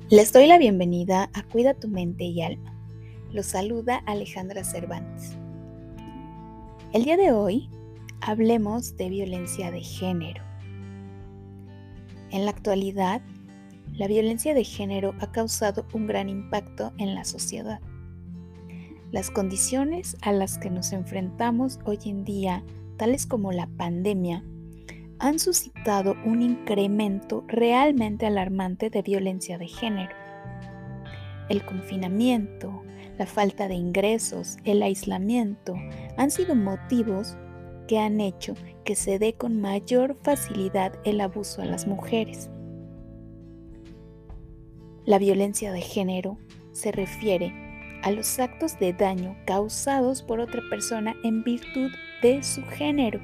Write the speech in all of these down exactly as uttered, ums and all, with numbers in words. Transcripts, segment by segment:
Les doy la bienvenida a Cuida tu mente y alma. Los saluda Alejandra Cervantes. El día de hoy hablemos de violencia de género. En la actualidad, la violencia de género ha causado un gran impacto en la sociedad. Las condiciones a las que nos enfrentamos hoy en día, tales como la pandemia, han suscitado un incremento realmente alarmante de violencia de género. El confinamiento, la falta de ingresos, el aislamiento han sido motivos que han hecho que se dé con mayor facilidad el abuso a las mujeres. La violencia de género se refiere a los actos de daño causados por otra persona en virtud de su género.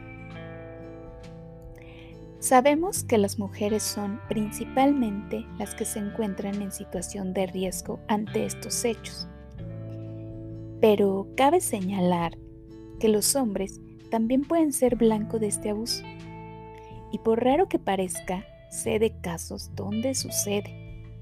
Sabemos que las mujeres son principalmente las que se encuentran en situación de riesgo ante estos hechos. Pero cabe señalar que los hombres también pueden ser blanco de este abuso. Y por raro que parezca, sé de casos donde sucede.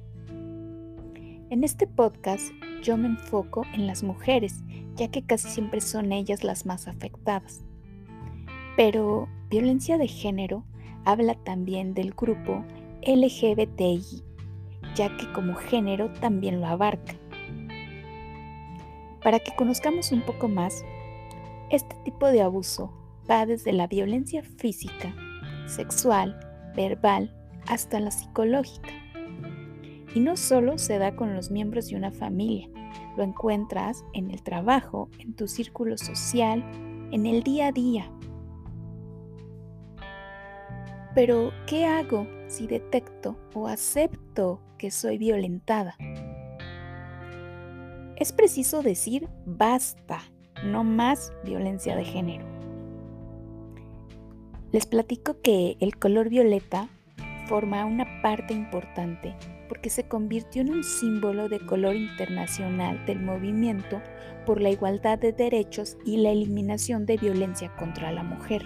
En este podcast yo me enfoco en las mujeres, ya que casi siempre son ellas las más afectadas. Pero violencia de género habla también del grupo L G B T I, ya que como género también lo abarca. Para que conozcamos un poco más, este tipo de abuso va desde la violencia física, sexual, verbal, hasta la psicológica. Y no solo se da con los miembros de una familia, lo encuentras en el trabajo, en tu círculo social, en el día a día. Pero, ¿qué hago si detecto o acepto que soy violentada? Es preciso decir basta, no más violencia de género. Les platico que el color violeta forma una parte importante porque se convirtió en un símbolo de color internacional del movimiento por la igualdad de derechos y la eliminación de violencia contra la mujer.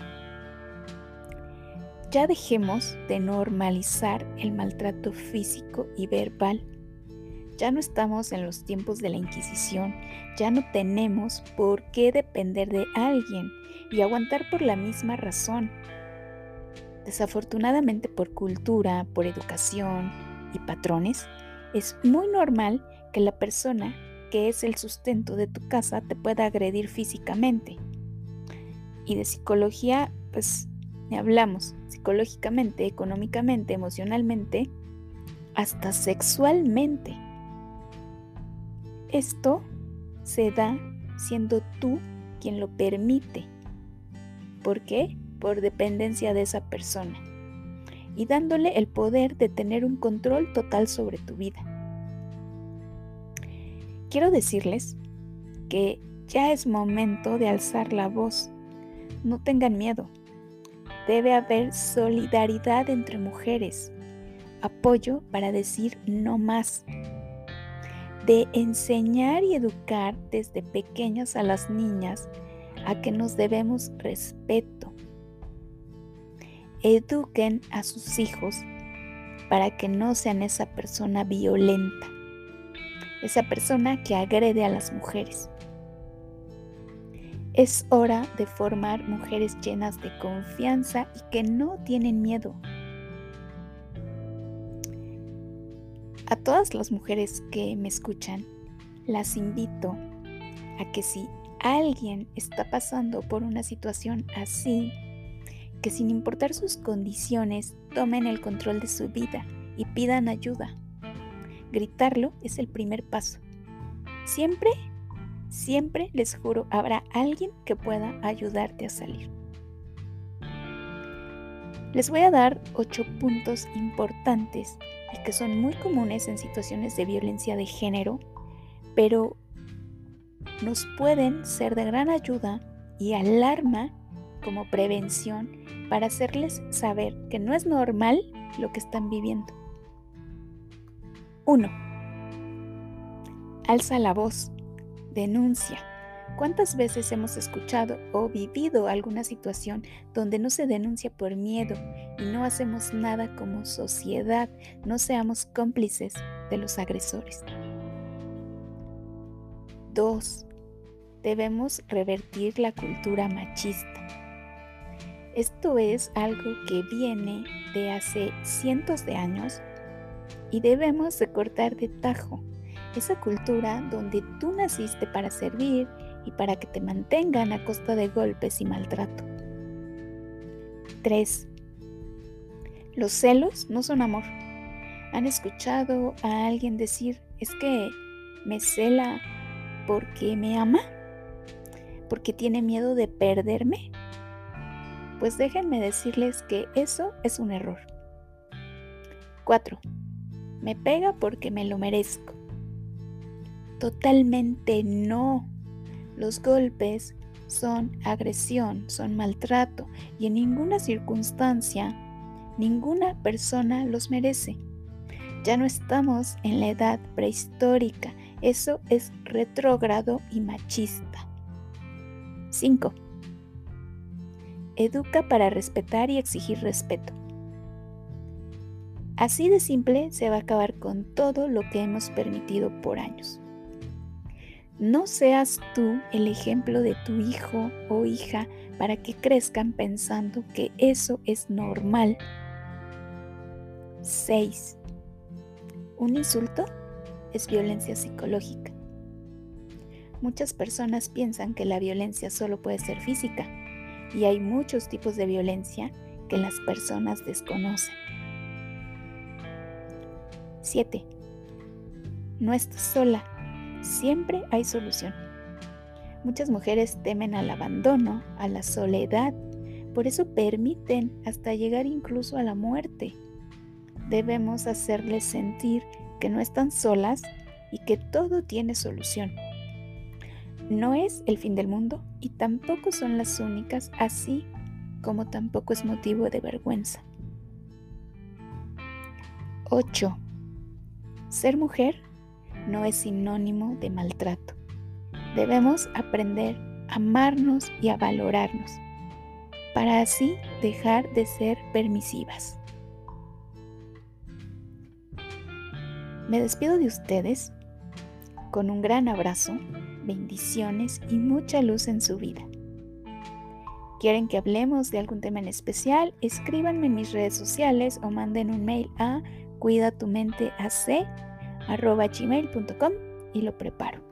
Ya dejemos de normalizar el maltrato físico y verbal. Ya no estamos en los tiempos de la Inquisición, ya no tenemos por qué depender de alguien y aguantar por la misma razón. Desafortunadamente, por cultura, por educación y patrones, es muy normal que la persona que es el sustento de tu casa te pueda agredir físicamente. Y de psicología, pues ni hablamos, psicológicamente, económicamente, emocionalmente, hasta sexualmente. Esto se da siendo tú quien lo permite. ¿Por qué? Por dependencia de esa persona y dándole el poder de tener un control total sobre tu vida. Quiero decirles que ya es momento de alzar la voz. No tengan miedo. Debe haber solidaridad entre mujeres, apoyo para decir no más. De enseñar y educar desde pequeñas a las niñas a que nos debemos respeto. Eduquen a sus hijos para que no sean esa persona violenta, esa persona que agrede a las mujeres. Es hora de formar mujeres llenas de confianza y que no tienen miedo. A todas las mujeres que me escuchan, las invito a que si alguien está pasando por una situación así, que sin importar sus condiciones, tomen el control de su vida y pidan ayuda. Gritarlo es el primer paso. Siempre, siempre, les juro, habrá alguien que pueda ayudarte a salir. Les voy a dar ocho puntos importantes y que son muy comunes en situaciones de violencia de género, pero nos pueden ser de gran ayuda y alarma como prevención para hacerles saber que no es normal lo que están viviendo. uno. Alza la voz, denuncia. ¿Cuántas veces hemos escuchado o vivido alguna situación donde no se denuncia por miedo y no hacemos nada como sociedad? No seamos cómplices. de los agresores. dos. Debemos revertir la cultura machista. Esto es algo que viene de hace cientos de años y debemos de cortar de tajo esa cultura donde tú naciste para servir y para que te mantengan a costa de golpes y maltrato. tres. Los celos no son amor. ¿Han escuchado a alguien decir, es que me cela porque me ama? ¿Porque tiene miedo de perderme? Pues déjenme decirles que eso es un error. cuatro. Me pega porque me lo merezco. Totalmente no. Los golpes son agresión, son maltrato y en ninguna circunstancia, ninguna persona los merece. Ya no estamos en la edad prehistórica. Eso es retrógrado y machista. cinco. Educa para respetar y exigir respeto. Así de simple se va a acabar con todo lo que hemos permitido por años. No seas tú el ejemplo de tu hijo o hija para que crezcan pensando que eso es normal. seis. Un insulto es violencia psicológica. Muchas personas piensan que la violencia solo puede ser física y hay muchos tipos de violencia que las personas desconocen. siete. No estás sola, siempre hay solución. Muchas mujeres temen al abandono, a la soledad, por eso permiten hasta llegar incluso a la muerte. Debemos hacerles sentir que no están solas y que todo tiene solución. No es el fin del mundo y tampoco son las únicas, así como tampoco es motivo de vergüenza. ocho. Ser mujer no es sinónimo de maltrato. Debemos aprender a amarnos y a valorarnos, para así dejar de ser permisivas. Me despido de ustedes con un gran abrazo, bendiciones y mucha luz en su vida. ¿Quieren que hablemos de algún tema en especial? Escríbanme en mis redes sociales o manden un mail a cuidatumenteac arroba gmail punto com y lo preparo.